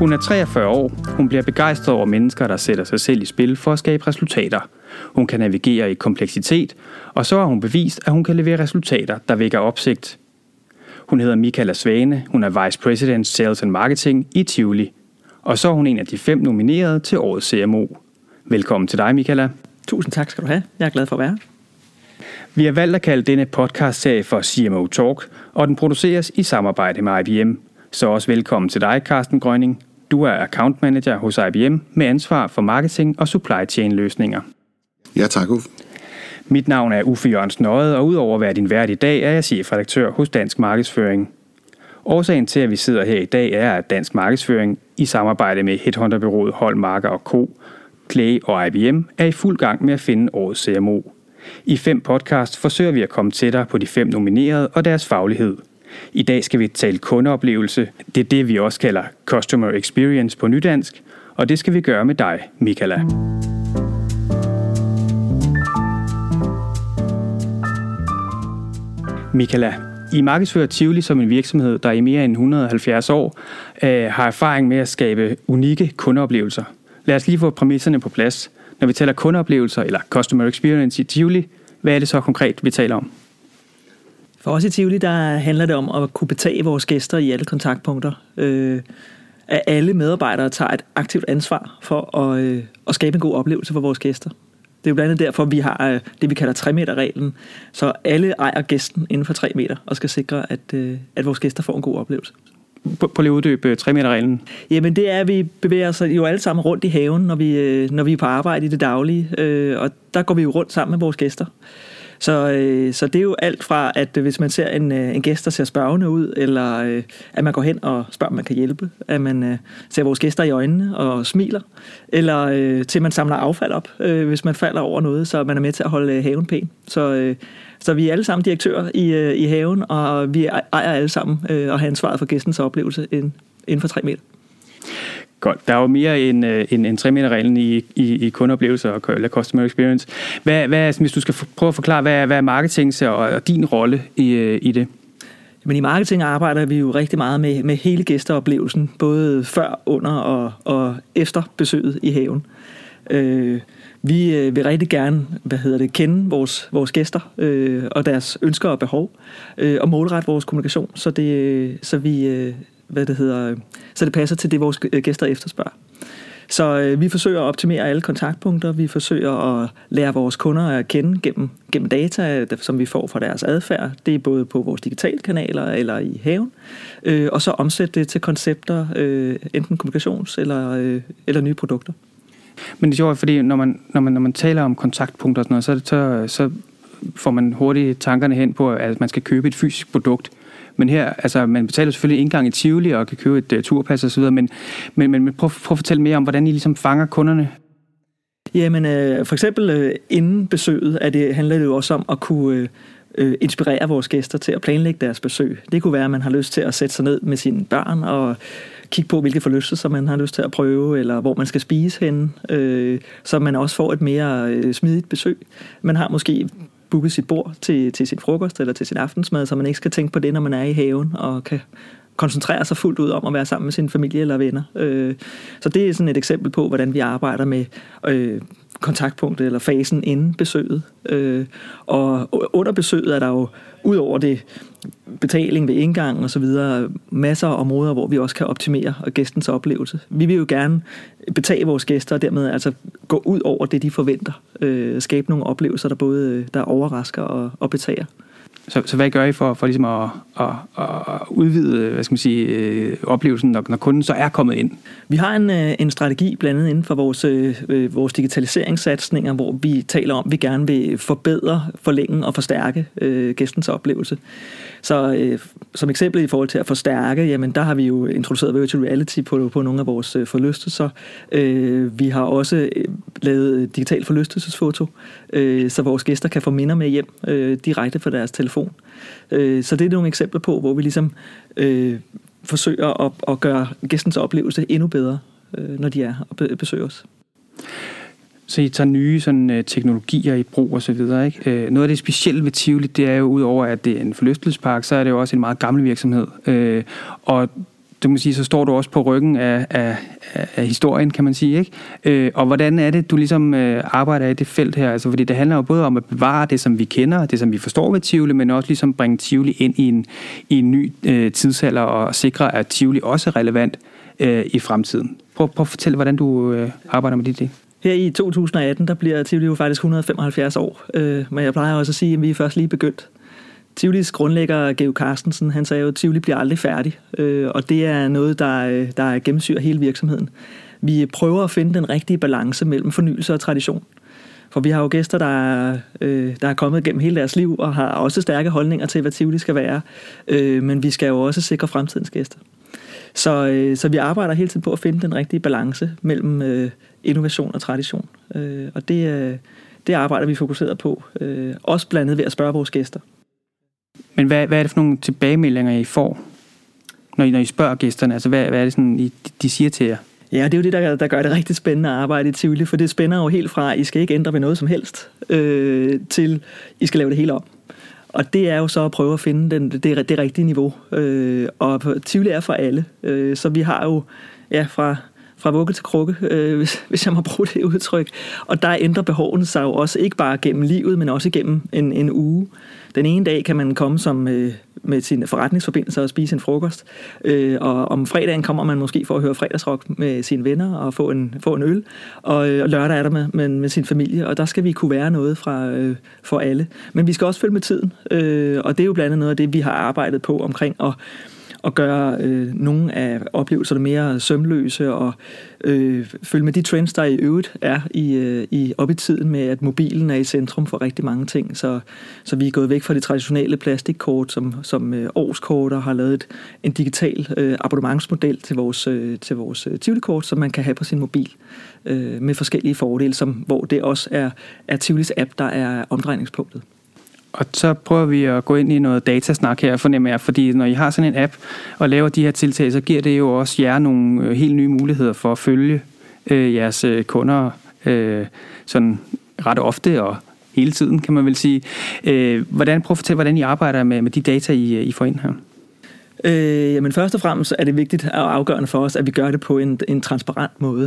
Hun er 43 år. Hun bliver begejstret over mennesker, der sætter sig selv i spil for at skabe resultater. Hun kan navigere i kompleksitet, og så har hun bevist, at hun kan levere resultater, der vækker opsigt. Hun hedder Michaela Svane. Hun er Vice President Sales and Marketing i Tivoli. Og så er hun en af de 5 nominerede til årets CMO. Velkommen til dig, Michaela. Tusind tak skal du have. Jeg er glad for at være her. Vi har valgt at kalde denne podcast-serie for CMO Talk, og den produceres i samarbejde med IBM. Så også velkommen til dig, Carsten Grønning. Du er account manager hos IBM med ansvar for marketing og supply chain løsninger. Ja, tak Uffe. Mit navn er Uffe Jørgensen Odde, og udover at være din vært i dag, er jeg chefredaktør hos Dansk Markedsføring. Årsagen til, at vi sidder her i dag, er, at Dansk Markedsføring i samarbejde med headhunterbureauet Holm Marker & Co., Clay og IBM er i fuld gang med at finde årets CMO. I 5 podcast forsøger vi at komme tættere på de 5 nominerede og deres faglighed. I dag skal vi tale kundeoplevelse. Det er det, vi også kalder Customer Experience på nydansk, og det skal vi gøre med dig, Michaela. Michaela, I markedsfører Tivoli som en virksomhed, der i mere end 170 år har erfaring med at skabe unikke kundeoplevelser. Lad os lige få præmisserne på plads. Når vi taler kundeoplevelser eller Customer Experience i Tivoli, hvad er det så konkret, vi taler om? For os i Tivoli, der handler det om at kunne betage vores gæster i alle kontaktpunkter. At alle medarbejdere tager et aktivt ansvar for at skabe en god oplevelse for vores gæster. Det er jo blandt andet derfor, vi har det, vi kalder 3-meter-reglen. Så alle ejer gæsten inden for 3 meter og skal sikre, at vores gæster får en god oplevelse. På lige uddyb 3-meter-reglen? Jamen det er, at vi bevæger os jo alle sammen rundt i haven, når vi er på arbejde i det daglige. Og der går vi jo rundt sammen med vores gæster. Så det er jo alt fra, at hvis man ser en gæst, der ser spørgende ud, eller at man går hen og spørger, om man kan hjælpe, at man ser vores gæster i øjnene og smiler, eller til man samler affald op, hvis man falder over noget, så man er med til at holde haven pæn. Så vi er alle sammen direktører i haven, og vi ejer alle sammen og har ansvaret for gæstens oplevelse inden for 3 meter. Godt. Der er jo mere end 3-meter-reglen i kundeoplevelser eller customer experience. Hvis du skal prøve at forklare, hvad er marketing og din rolle i det? Men i marketing arbejder vi jo rigtig meget med hele gæsteoplevelsen, både før, under og efter besøget i haven. Vi vil rigtig gerne kende vores gæster og deres ønsker og behov og målrette vores kommunikation, så det passer til det, vores gæster efterspørger. Så vi forsøger at optimere alle kontaktpunkter. Vi forsøger at lære vores kunder at kende gennem data, som vi får fra deres adfærd. Det er både på vores digitale kanaler eller i haven. Og så omsætte det til koncepter, enten kommunikations- eller nye produkter. Men det er sjovt, fordi når man taler om kontaktpunkter og sådan noget, så får man hurtigt tankerne hen på, at man skal købe et fysisk produkt. Men her, altså man betaler selvfølgelig indgang i Tivoli og kan købe et turpas og så videre, men prøv at fortælle mere om, hvordan I ligesom fanger kunderne. Jamen, for eksempel inden besøget handler det jo også om at kunne inspirere vores gæster til at planlægge deres besøg. Det kunne være, at man har lyst til at sætte sig ned med sine børn og kigge på, hvilke forlystelser man har lyst til at prøve, eller hvor man skal spise henne, så man også får et mere smidigt besøg. Man har måske booket sit bord til sin frokost eller til sin aftensmad, så man ikke skal tænke på det, når man er i haven, og kan koncentrere sig fuldt ud om at være sammen med sin familie eller venner. Så det er sådan et eksempel på, hvordan vi arbejder med kontaktpunktet eller fasen inden besøget. Og under besøget er der jo, ud over det betaling ved indgang og så videre, masser af områder, hvor vi også kan optimere gæstens oplevelse. Vi vil jo gerne betage vores gæster og dermed altså gå ud over det, de forventer. Skabe nogle oplevelser, der overrasker og betager. Så hvad gør I for ligesom at udvide, oplevelsen, når kunden så er kommet ind? Vi har en strategi blandt andet inden for vores digitaliseringssatsninger, hvor vi taler om, at vi gerne vil forbedre, forlænge og forstærke gæstens oplevelse. Så som eksempel i forhold til at forstærke, jamen der har vi jo introduceret virtual reality på nogle af vores forlystelser. Vi har også lavet digital forlystelsesfoto, så vores gæster kan få minder med hjem direkte fra deres telefon. Så det er nogle eksempler på, hvor vi ligesom forsøger at gøre gæstens oplevelse endnu bedre, når de er og besøger os. Så I tager nye sådan, teknologier i brug og så videre, ikke? Noget af det specielle ved Tivoli, det er jo udover, at det er en forlystelsespark, så er det jo også en meget gammel virksomhed. Og du må sige, så står du også på ryggen af historien, kan man sige, ikke? Og hvordan er det, du ligesom arbejder i det felt her? Altså, fordi det handler jo både om at bevare det, som vi kender, det, som vi forstår ved Tivoli, men også ligesom bringe Tivoli ind i en ny tidsalder og sikre, at Tivoli også er relevant i fremtiden. Prøv at fortælle, hvordan du arbejder med de ting. Her i 2018, der bliver Tivoli jo faktisk 175 år, men jeg plejer også at sige, at vi er først lige begyndt. Tivolis grundlægger, Georg Carstensen, han sagde jo, at Tivoli bliver aldrig færdig, og det er noget, der gennemsyrer hele virksomheden. Vi prøver at finde den rigtige balance mellem fornyelse og tradition. For vi har jo gæster, der er kommet gennem hele deres liv, og har også stærke holdninger til, hvad Tivoli skal være, men vi skal jo også sikre fremtidens gæster. Så vi arbejder hele tiden på at finde den rigtige balance mellem innovation og tradition, og det arbejder vi fokuseret på, også blandt andet ved at spørge vores gæster. Men hvad er det for nogle tilbagemeldinger, I får, når I spørger gæsterne? Altså, hvad er det, sådan, de siger til jer? Ja, det er jo det, der gør det rigtig spændende at arbejde i Tivoli, for det spænder jo helt fra, I skal ikke ændre ved noget som helst, til I skal lave det hele om. Og det er jo så at prøve at finde det rigtige niveau. Og Tivoli er for alle, så vi har jo fra vugge til krukke, hvis jeg må bruge det udtryk. Og der ændrer behovene sig jo også ikke bare gennem livet, men også gennem en uge. Den ene dag kan man komme med sine forretningsforbindelser og spise en frokost. Og om fredagen kommer man måske for at høre fredagsrock med sine venner og få en øl. Og lørdag er der med sin familie, og der skal vi kunne være noget for alle. Men vi skal også følge med tiden, og det er jo blandt andet noget af det, vi har arbejdet på omkring at gøre nogle af oplevelserne mere sømløse og følge med de trends, der i øvrigt er op i tiden med, at mobilen er i centrum for rigtig mange ting. Så vi er gået væk fra de traditionelle plastikkort, som årskort, og har lavet en digital abonnementsmodel til vores Tivoli-kort, som man kan have på sin mobil med forskellige fordele, hvor det også er Tivolis app, der er omdrejningspunktet. Og så prøver vi at gå ind i noget datasnak her, fornemmer jeg, fordi når I har sådan en app og laver de her tiltag, så giver det jo også jer nogle helt nye muligheder for at følge jeres kunder sådan ret ofte og hele tiden, kan man vel sige. Prøv at fortælle, hvordan I arbejder med de data, I får ind her. Jamen først og fremmest er det vigtigt og afgørende for os, at vi gør det på en transparent måde,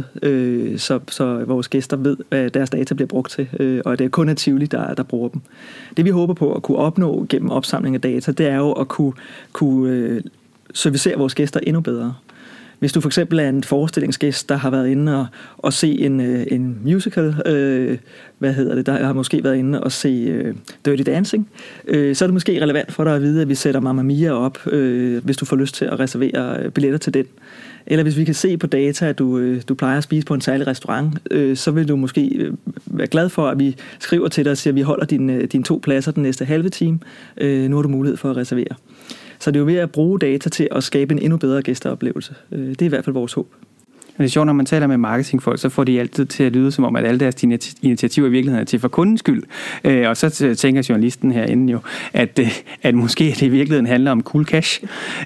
så vores gæster ved, hvad deres data bliver brugt til, og at det kun er Tivoli, der bruger dem. Det vi håber på at kunne opnå gennem opsamling af data, det er jo at kunne servicere vores gæster endnu bedre. Hvis du for eksempel er en forestillingsgæst, der har været inde og se en musical, der har måske været inde og se Dirty Dancing, så er det måske relevant for dig at vide, at vi sætter Mamma Mia op, hvis du får lyst til at reservere billetter til den. Eller hvis vi kan se på data, at du plejer at spise på en særlig restaurant, så vil du måske være glad for, at vi skriver til dig og siger, at vi holder dine 2 pladser den næste halve time. Nu har du mulighed for at reservere. Så det er jo ved at bruge data til at skabe en endnu bedre gæsteoplevelse. Det er i hvert fald vores håb. Det er sjovt, når man taler med marketingfolk, så får de altid til at lyde som om, at alle deres initiativer i virkeligheden er til for kundens skyld. Og så tænker journalisten herinde jo, at måske det i virkeligheden handler om cool cash.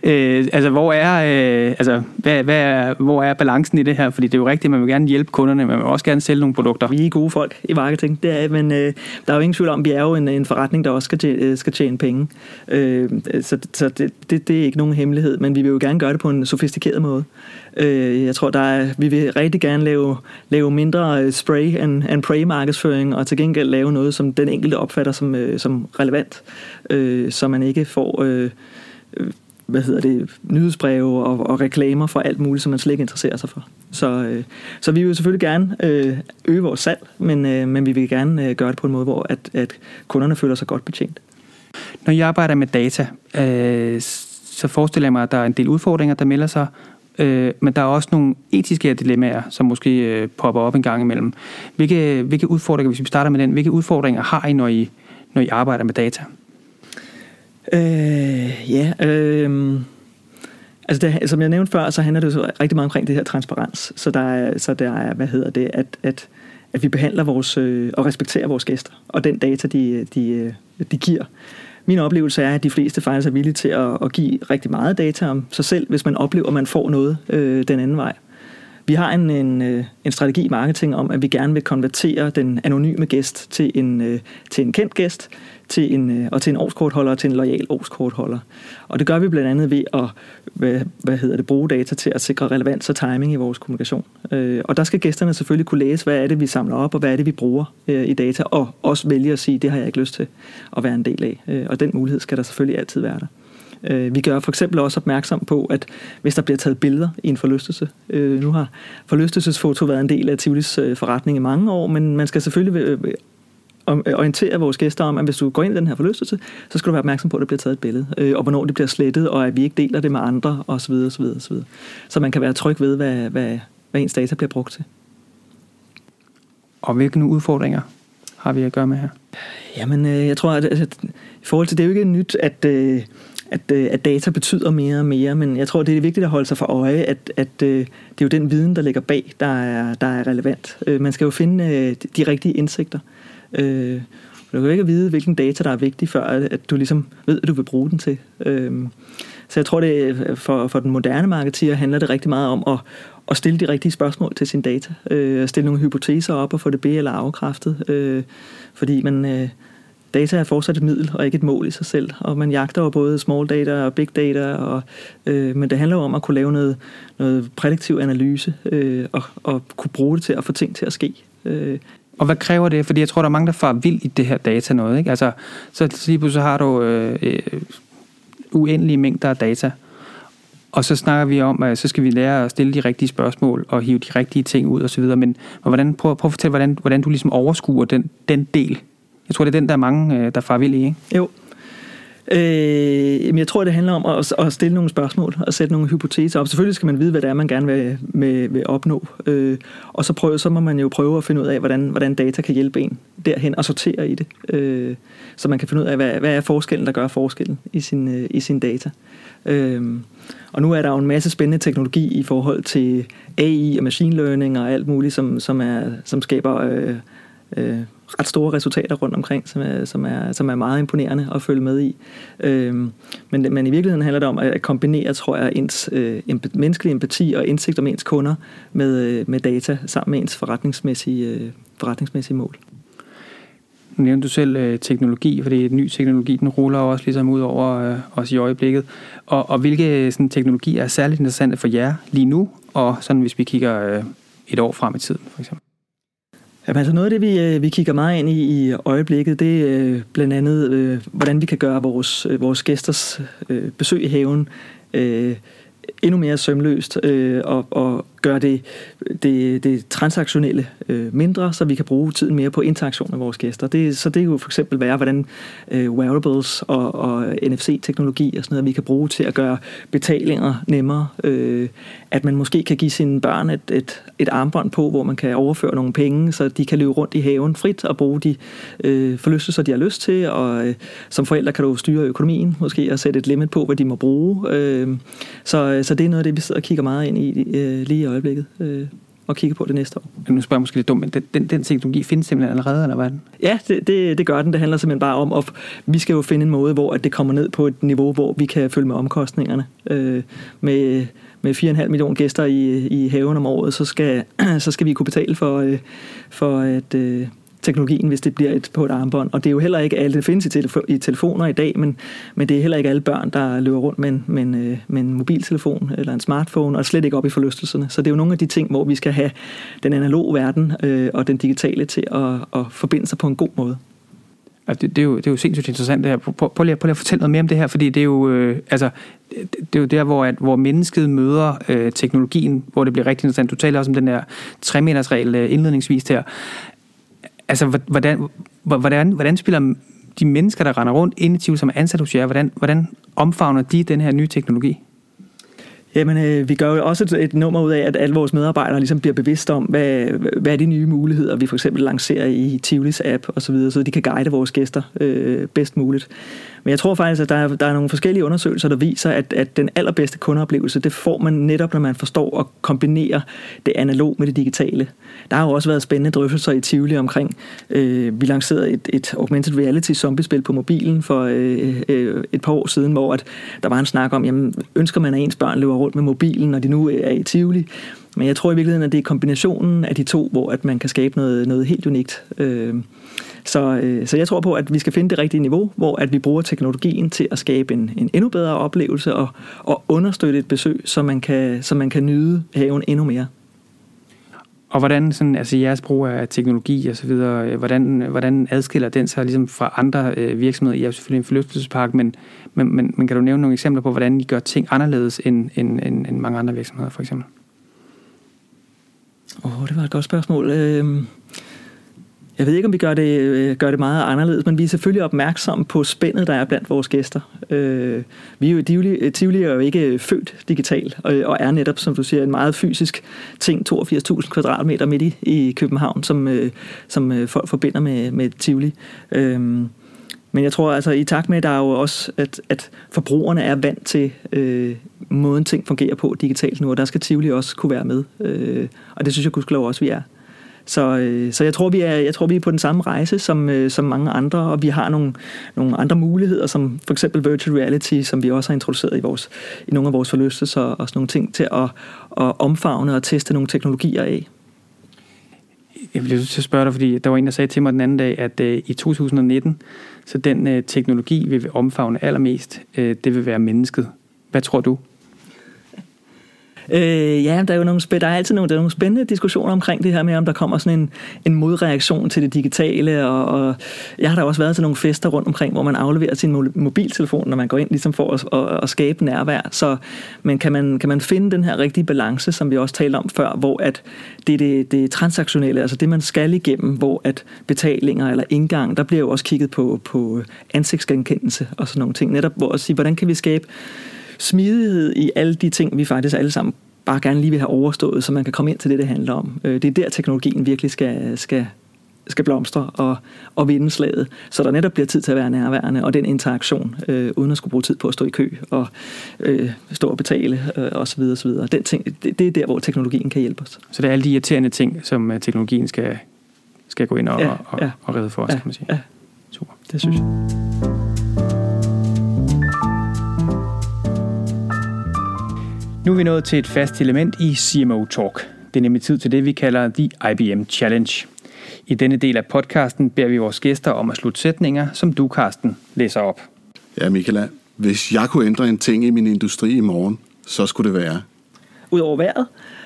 Hvor er balancen i det her? Fordi det er jo rigtigt, at man vil gerne hjælpe kunderne, men man vil også gerne sælge nogle produkter. Vi er gode folk i marketing, men der er jo ingen tvivl om, at vi er jo en forretning, der også skal tjene penge. Så det er ikke nogen hemmelighed, men vi vil jo gerne gøre det på en sofistikeret måde. Jeg tror, vi vil rigtig gerne lave mindre spray and pray markedsføring, og til gengæld lave noget, som den enkelte opfatter som relevant, så man ikke får nyhedsbreve og reklamer for alt muligt, som man slet ikke interesserer sig for. Så vi vil selvfølgelig gerne øge vores salg, men vi vil gerne gøre det på en måde, hvor at kunderne føler sig godt betjent. Når I arbejder med data, så forestiller jeg mig, at der er en del udfordringer, der melder sig, men der er også nogle etiske dilemmaer, som måske popper op en gang imellem. Hvilke udfordringer, hvis vi starter med den, hvilke udfordringer har I, når I arbejder med data? Som jeg nævnte før, så handler det jo rigtig meget omkring det her transparens. Så der er at vi behandler og respekterer vores gæster, og den data, de giver. Min oplevelse er, at de fleste faktisk er villige til at give rigtig meget data om sig selv, hvis man oplever, at man får noget den anden vej. Vi har en strategi i marketing om, at vi gerne vil konvertere den anonyme gæst til en kendt gæst, til en årskortholder og til en loyal årskortholder. Og det gør vi blandt andet ved at bruge data til at sikre relevans og timing i vores kommunikation. Og der skal gæsterne selvfølgelig kunne læse, hvad er det, vi samler op, og hvad er det, vi bruger i data, og også vælge at sige, det har jeg ikke lyst til at være en del af. Og den mulighed skal der selvfølgelig altid være der. Vi gør for eksempel også opmærksom på, at hvis der bliver taget billeder i en forlystelse, nu har forlystelsesfoto været en del af Tivolis forretning i mange år, men man skal selvfølgelig orientere vores gæster om, at hvis du går ind i den her forlystelse, så skal du være opmærksom på, at der bliver taget et billede, og hvornår det bliver slettet, og at vi ikke deler det med andre, osv. osv., osv. Så man kan være tryg ved, hvad ens data bliver brugt til. Og hvilke udfordringer har vi at gøre med her? Jamen, jeg tror, at i forhold til det er jo ikke nyt, at data betyder mere og mere, men jeg tror, det er vigtigt at holde sig for øje, at det er jo den viden, der ligger bag, der er relevant. Man skal jo finde de rigtige indsigter. Du kan jo ikke vide, hvilken data, der er vigtig, før at du ligesom ved, at du vil bruge den til. Så jeg tror, det for den moderne marketeer handler det rigtig meget om at stille de rigtige spørgsmål til sin data. Stille nogle hypoteser op og få det be- eller afkræftet. Fordi data er fortsat et middel og ikke et mål i sig selv. Og man jagter jo både small data og big data. Men det handler jo om at kunne lave noget prædiktiv analyse og kunne bruge det til at få ting til at ske. Og hvad kræver det? Fordi jeg tror, der er mange, der farer vild i det her data noget, ikke? Altså, så har du uendelige mængder af data. Og så snakker vi om, at så skal vi lære at stille de rigtige spørgsmål og hive de rigtige ting ud osv. Men prøv at fortælle, hvordan du ligesom overskuer den del. Jeg tror, det er den, der er mange, der farer vild i, ikke? Jo. Jeg tror, det handler om at stille nogle spørgsmål og sætte nogle hypoteser op. Selvfølgelig skal man vide, hvad det er, man gerne vil opnå. Og så må man jo prøve at finde ud af, hvordan data kan hjælpe en derhen og sortere i det. Så man kan finde ud af, hvad er forskellen, der gør forskellen i sin data. Og nu er der jo en masse spændende teknologi i forhold til AI og machine learning og alt muligt, som skaber ret store resultater rundt omkring, som er meget imponerende at følge med i. Men i virkeligheden handler det om at kombinere, tror jeg, ens menneskelig empati og indsigt om ens kunder med data sammen med ens forretningsmæssige mål. Nu nævnte du selv teknologi, fordi ny teknologi, den ruller også ligesom ud over os i øjeblikket. Og hvilke sådan, teknologier er særligt interessante for jer lige nu, og sådan hvis vi kigger et år frem i tiden, for eksempel? Ja, altså noget af det, vi kigger meget ind i øjeblikket, det er blandt andet, hvordan vi kan gøre vores gæsters besøg i haven endnu mere sømløst og gøre det transaktionelle mindre, så vi kan bruge tiden mere på interaktion med vores gæster. Så det jo for eksempel være, hvordan wearables og NFC-teknologi og sådan noget, vi kan bruge til at gøre betalinger nemmere. At man måske kan give sine børn et armbånd på, hvor man kan overføre nogle penge, så de kan løbe rundt i haven frit og bruge de forlystelser, de har lyst til. Og som forældre kan du styre økonomien måske og sætte et limit på, hvad de må bruge. Så det er noget af det, vi sidder og kigger meget ind i lige i øjeblikket og kigger på det næste år. Nu spørger jeg måske lidt dumt, men den teknologi findes simpelthen allerede, eller hvad? Ja, det gør den. Det handler simpelthen bare om, at vi skal jo finde en måde, hvor at det kommer ned på et niveau, hvor vi kan følge med omkostningerne. Med 4,5 millioner gæster i haven om året, så skal vi kunne betale for at teknologien, hvis det bliver på et armbånd. Og det er jo heller ikke alle, det findes i telefoner i dag, men det er heller ikke alle børn, der løber rundt med en mobiltelefon eller en smartphone, og slet ikke op i forlystelserne. Så det er jo nogle af de ting, hvor vi skal have den analoge verden og den digitale til at forbinde sig på en god måde. Det er jo sindssygt interessant det her. Prøv lige at fortælle noget mere om det her, fordi det er jo, det er jo der, hvor mennesket møder teknologien, hvor det bliver rigtig interessant. Du taler også om den der 3-metersregel indledningsvis her. Altså, hvordan spiller de mennesker, der render rundt inde i Tivoli, som er ansat hos jer, hvordan omfavner de den her nye teknologi? Jamen, vi gør jo også et nummer ud af, at alle vores medarbejdere ligesom bliver bevidste om, hvad er de nye muligheder, vi for eksempel lancerer i Tivolis app og så videre, så de kan guide vores gæster bedst muligt. Men jeg tror faktisk, at der er nogle forskellige undersøgelser, der viser, at den allerbedste kundeoplevelse, det får man netop, når man forstår at kombinere det analog med det digitale. Der har jo også været spændende drøftelser i Tivoli omkring, vi lancerede et augmented reality zombiespil på mobilen for et par år siden, hvor at der var en snak om, jamen, ønsker man, at ens børn løber rundt med mobilen, når de nu er i Tivoli? Men jeg tror i virkeligheden, at det er kombinationen af de to, hvor at man kan skabe noget helt unikt. Så jeg tror på, at vi skal finde det rigtige niveau, hvor at vi bruger teknologien til at skabe en endnu bedre oplevelse og understøtte et besøg, så man kan nyde haven endnu mere. Og hvordan sådan, altså jeres brug af teknologi og så videre, hvordan adskiller den sig ligesom fra andre virksomheder? I er jo selvfølgelig en forlystelsespark, men kan du nævne nogle eksempler på, hvordan I gør ting anderledes end mange andre virksomheder, for eksempel? Det var et godt spørgsmål. Jeg ved ikke, om vi gør det meget anderledes, men vi er selvfølgelig opmærksomme på spændet, der er blandt vores gæster. Vi er jo Tivoli er jo ikke født digital, og er netop, som du siger, en meget fysisk ting, 82.000 kvadratmeter midt i København, som folk forbinder med Tivoli. Men jeg tror altså, i takt med, at der er jo også, at forbrugerne er vant til måden ting fungerer på digitalt nu, og der skal Tivoli også kunne være med. Og det synes jeg gudskelov også, vi er. Så jeg tror, vi er på den samme rejse som mange andre, og vi har nogle andre muligheder, som for eksempel virtual reality, som vi også har introduceret i nogle af vores forlystelser og sådan nogle ting til at omfavne og teste nogle teknologier af. Jeg bliver nødt til at spørge dig, fordi der var en, der sagde til mig den anden dag, at i 2019, så den teknologi, vi vil omfavne allermest, det vil være mennesket. Hvad tror du? Ja, der er altid nogle spændende diskussioner omkring det her med, om der kommer sådan en modreaktion til det digitale, og jeg har da også været til nogle fester rundt omkring, hvor man afleverer sin mobiltelefon, når man går ind ligesom for at skabe nærvær. Så, men kan man finde den her rigtige balance, som vi også talte om før, hvor at det transaktionelle, altså det man skal igennem, hvor at betalinger eller indgang, der bliver jo også kigget på ansigtsgenkendelse og sådan nogle ting, netop hvor at sige, hvordan kan vi skabe smidighed i alle de ting, vi faktisk alle sammen bare gerne lige vil have overstået, så man kan komme ind til det handler om. Det er der, teknologien virkelig skal blomstre og vinde slaget, så der netop bliver tid til at være nærværende, og den interaktion, uden at skulle bruge tid på at stå i kø og stå og betale osv. osv. Den ting, det er der, hvor teknologien kan hjælpe os. Så det er alle de irriterende ting, som teknologien skal gå ind og redde for os, kan man sige. Ja, super. Det synes jeg. Nu er vi nået til et fast element i CMO Talk. Det er nemlig tid til det, vi kalder The IBM Challenge. I denne del af podcasten beder vi vores gæster om at slutte sætninger, som du, Carsten, læser op. Ja, Michaela, hvis jeg kunne ændre en ting i min industri i morgen, så skulle det være? Udover vejret?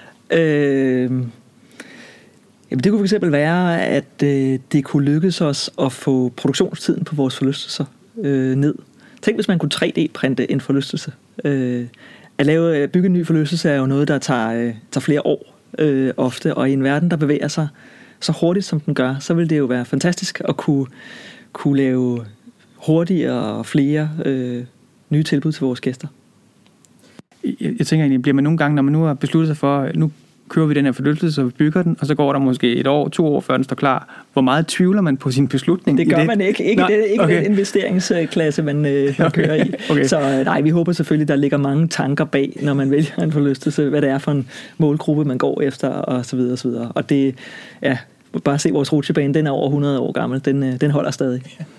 Jamen det kunne for eksempel være, at det kunne lykkes os at få produktionstiden på vores forlystelser ned. Tænk, hvis man kunne 3D-printe en forlystelse. At bygge en ny forlystelse er jo noget, der tager flere år ofte, og i en verden, der bevæger sig så hurtigt, som den gør, så vil det jo være fantastisk at kunne lave hurtigere og flere nye tilbud til vores gæster. Jeg tænker egentlig, bliver man nogle gange, når man nu har besluttet sig for, nu kører vi den her forlystelse, og vi bygger den, og så går der måske 1 år, 2 år, før den står klar. Hvor meget tvivler man på sin beslutning? Det gør man ikke. Ikke den investeringsklasse, man kører i. Okay. Så nej, vi håber selvfølgelig, der ligger mange tanker bag, når man vælger en forlystelse, hvad det er for en målgruppe, man går efter, og så videre, og så videre. Og det, ja, bare se vores rutsjebane, den er over 100 år gammel. Den holder stadig.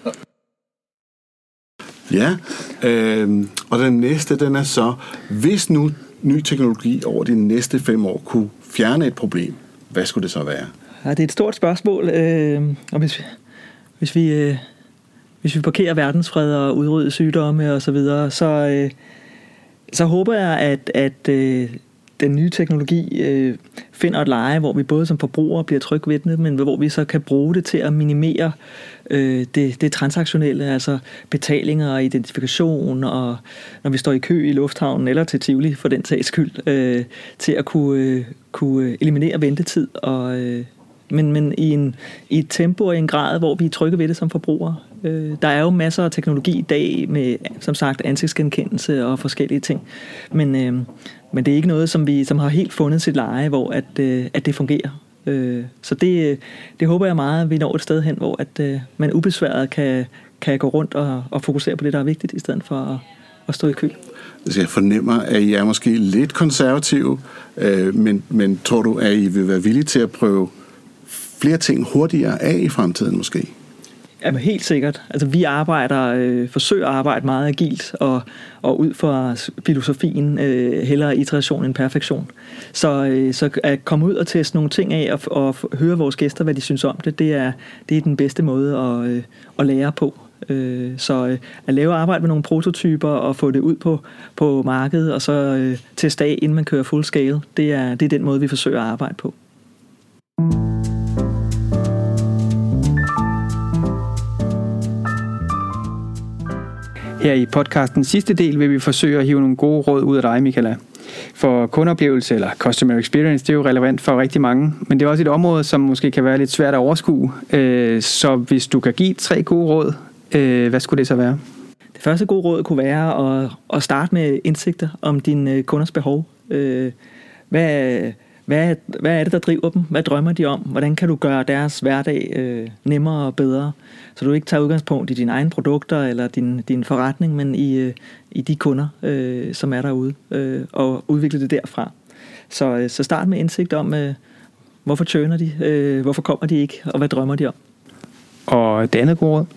Ja, og den næste, den er så, hvis nu ny teknologi over de næste 5 år kunne fjerne et problem, hvad skulle det så være? Ja, det er et stort spørgsmål, og hvis vi parkerer verdensfred og udrydder sygdomme og så videre, så håber jeg, at den nye teknologi finder et leje, hvor vi både som forbrugere bliver trygge ved det, men hvor vi så kan bruge det til at minimere det transaktionelle, altså betalinger og identifikation, og når vi står i kø i lufthavnen eller til Tivoli for den sags skyld, til at kunne eliminere ventetid, men i et tempo og i en grad, hvor vi er trygge ved det som forbrugere. Der er jo masser af teknologi i dag med, som sagt, ansigtsgenkendelse og forskellige ting, men det er ikke noget, som har helt fundet sit leje, hvor at det fungerer. Så det håber jeg meget, at vi når et sted hen, hvor at man ubesværet kan gå rundt og fokusere på det, der er vigtigt, i stedet for at stå i kø. Så jeg fornemmer, at I er måske lidt konservative, men tror du, at I vil være villige til at prøve flere ting hurtigere af i fremtiden måske? Jamen helt sikkert. Altså vi forsøger at arbejde meget agilt og ud fra filosofien hellere iteration end perfektion. Så at komme ud og teste nogle ting af og høre vores gæster, hvad de synes om det, det er den bedste måde at lære på. Så at lave arbejde med nogle prototyper og få det ud på markedet og så teste af, inden man kører full scale, det er den måde, vi forsøger at arbejde på. Her i podcastens sidste del vil vi forsøge at hive nogle gode råd ud af dig, Michaela. For kundeoplevelse eller customer experience, det er jo relevant for rigtig mange, men det er også et område, som måske kan være lidt svært at overskue. Så hvis du kan give 3 gode råd, hvad skulle det så være? Det første gode råd kunne være at starte med indsigter om dine kunders behov. Hvad er det, der driver dem? Hvad drømmer de om? Hvordan kan du gøre deres hverdag nemmere og bedre? Så du ikke tager udgangspunkt i dine egne produkter eller din forretning, men i de kunder, som er derude, og udvikle det derfra. Så start med indsigt om, hvorfor tjener de? Hvorfor kommer de ikke? Og hvad drømmer de om? Og det andet gode råd?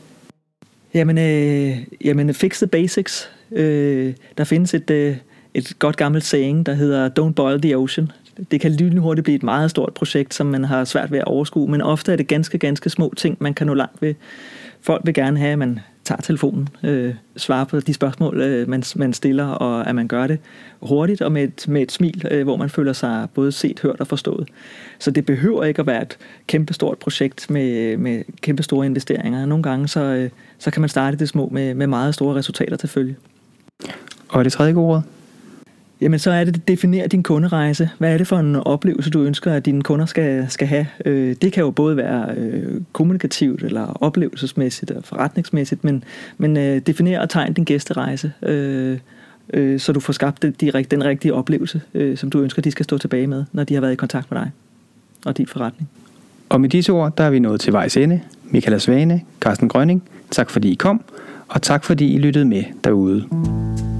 Jamen fix the basics. Der findes et godt gammelt saying, der hedder don't boil the ocean. Det kan lynhurtigt blive et meget stort projekt, som man har svært ved at overskue, men ofte er det ganske, ganske små ting, man kan nå langt ved. Folk vil gerne have, at man tager telefonen, svarer på de spørgsmål, man stiller, og at man gør det hurtigt og med et smil, hvor man føler sig både set, hørt og forstået. Så det behøver ikke at være et kæmpestort projekt med kæmpestore investeringer. Nogle gange så kan man starte det små med meget store resultater til følge. Og det tredje gode råd? Jamen så er det at definere din kunderejse. Hvad er det for en oplevelse, du ønsker, at dine kunder skal have? Det kan jo både være kommunikativt eller oplevelsesmæssigt og forretningsmæssigt, men definere og tegne din gæsterejse, så du får skabt den rigtige oplevelse, som du ønsker, de skal stå tilbage med, når de har været i kontakt med dig og din forretning. Og med disse ord, der er vi nået til vejs ende. Michaela Svane, Carsten Grønning, tak fordi I kom, og tak fordi I lyttede med derude.